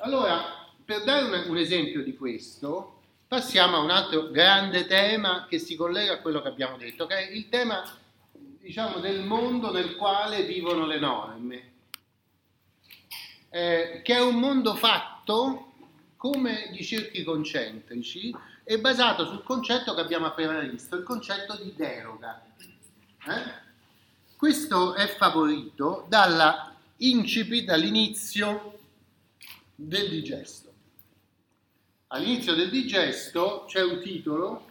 Allora, per dare un esempio di questo, passiamo a un altro grande tema che si collega a quello che abbiamo detto, che è il tema, diciamo, del mondo nel quale vivono le norme, che è un mondo fatto come di cerchi concentrici e basato sul concetto che abbiamo appena visto, il concetto di deroga. Questo è favorito dall'inizio del digesto. All'inizio del digesto c'è un titolo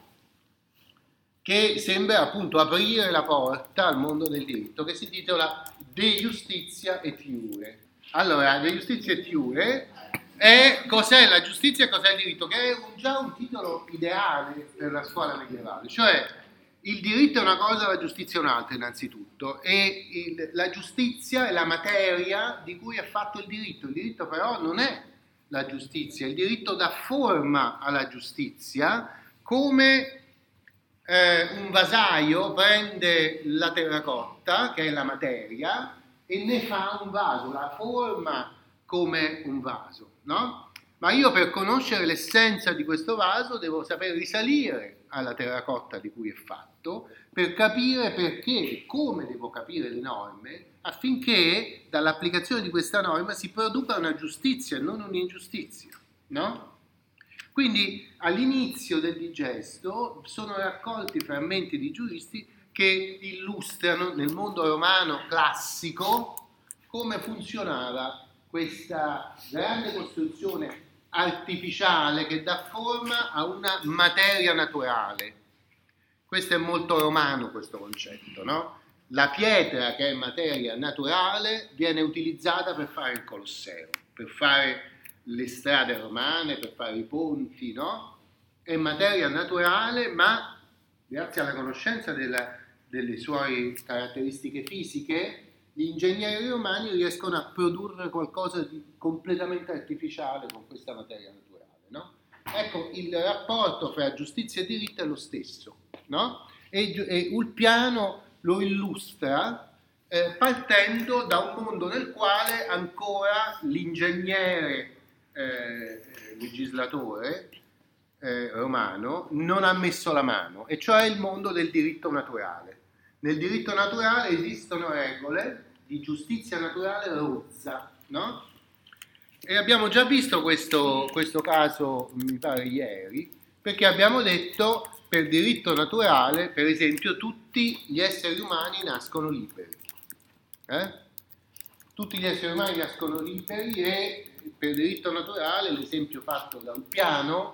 che sembra appunto aprire la porta al mondo del diritto, che si intitola De Justitia et Iure. Allora, De Justitia et Iure è cos'è la giustizia e cos'è il diritto, che è già un titolo ideale per la scuola medievale, cioè il diritto è una cosa, la giustizia è un'altra innanzitutto, e la giustizia è la materia di cui è fatto il diritto però non è la giustizia, il diritto dà forma alla giustizia come un vasaio prende la terracotta, che è la materia, e ne fa un vaso, la forma come un vaso, no? Ma io per conoscere l'essenza di questo vaso devo saper risalire alla terracotta di cui è fatto, per capire perché e come devo capire le norme, affinché dall'applicazione di questa norma si produca una giustizia e non un'ingiustizia, no? Quindi all'inizio del digesto sono raccolti frammenti di giuristi che illustrano nel mondo romano classico come funzionava questa grande costruzione artificiale che dà forma a una materia naturale. Questo è molto romano, questo concetto, no? La pietra, che è materia naturale, viene utilizzata per fare il Colosseo, per fare le strade romane, per fare i ponti, no? È materia naturale, ma grazie alla conoscenza delle sue caratteristiche fisiche, gli ingegneri romani riescono a produrre qualcosa di completamente artificiale con questa materia naturale, no? Ecco, il rapporto fra giustizia e diritto è lo stesso, no? E Ulpiano lo illustra partendo da un mondo nel quale ancora l'ingegnere legislatore romano non ha messo la mano, e cioè il mondo del diritto naturale. Nel diritto naturale esistono regole di giustizia naturale rozza, no? E abbiamo già visto questo caso, mi pare ieri, perché abbiamo detto per diritto naturale, per esempio, tutti gli esseri umani nascono liberi. Tutti gli esseri umani nascono liberi e per diritto naturale l'esempio fatto da Ulpiano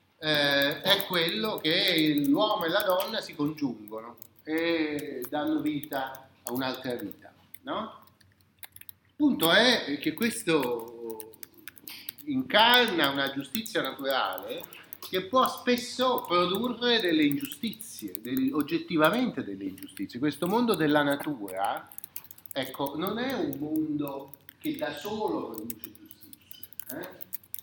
è quello che l'uomo e la donna si congiungono e danno vita a un'altra vita, no? Il punto è che questo incarna una giustizia naturale che può spesso produrre delle ingiustizie, oggettivamente delle ingiustizie. Questo mondo della natura, ecco, non è un mondo che da solo produce giustizia.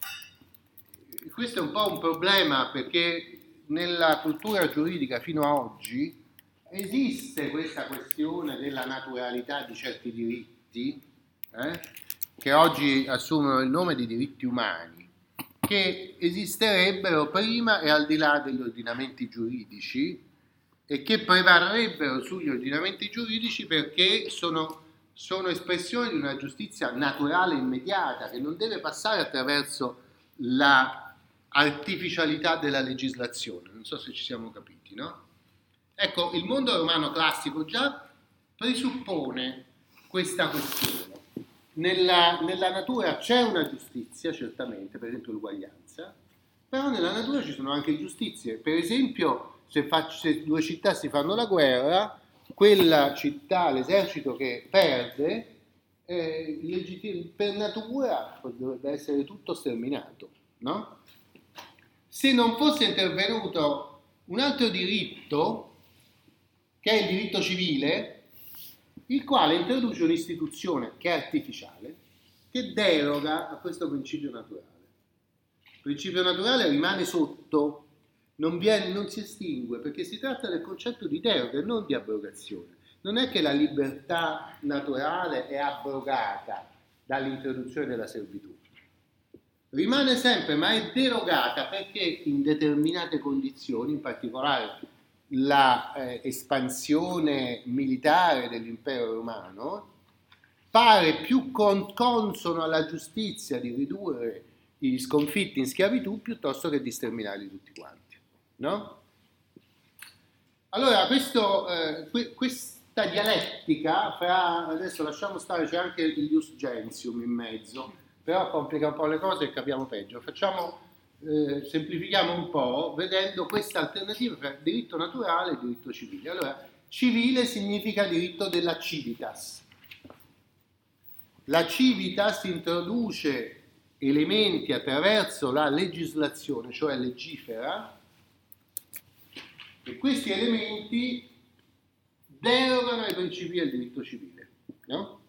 Questo è un po' un problema, perché nella cultura giuridica fino a oggi esiste questa questione della naturalità di certi diritti, che oggi assumono il nome di diritti umani, che esisterebbero prima e al di là degli ordinamenti giuridici e che prevarrebbero sugli ordinamenti giuridici perché sono espressione di una giustizia naturale immediata che non deve passare attraverso la artificialità della legislazione. Non so se ci siamo capiti, no? Ecco, il mondo romano classico già presuppone questa questione. Nella natura c'è una giustizia, certamente, per esempio l'uguaglianza, però nella natura ci sono anche ingiustizie. Per esempio, se due città si fanno la guerra, quella città, l'esercito che perde, per natura dovrebbe essere tutto sterminato, no? Se non fosse intervenuto un altro diritto, che è il diritto civile, il quale introduce un'istituzione che è artificiale, che deroga a questo principio naturale. Il principio naturale rimane sotto, non si estingue, perché si tratta del concetto di deroga e non di abrogazione. Non è che la libertà naturale è abrogata dall'introduzione della servitù. rimane sempre, ma è derogata perché in determinate condizioni, in particolare la espansione militare dell'impero romano, pare più consono alla giustizia di ridurre gli sconfitti in schiavitù piuttosto che di sterminarli tutti quanti, no? Allora, questa dialettica fra, adesso lasciamo stare, c'è anche il ius gentium in mezzo, però complica un po' le cose e capiamo peggio. Semplifichiamo un po' vedendo questa alternativa tra diritto naturale e diritto civile. Allora, civile significa diritto della civitas. La civitas introduce elementi attraverso la legislazione, cioè legifera, e questi elementi derogano ai principi del diritto civile, no?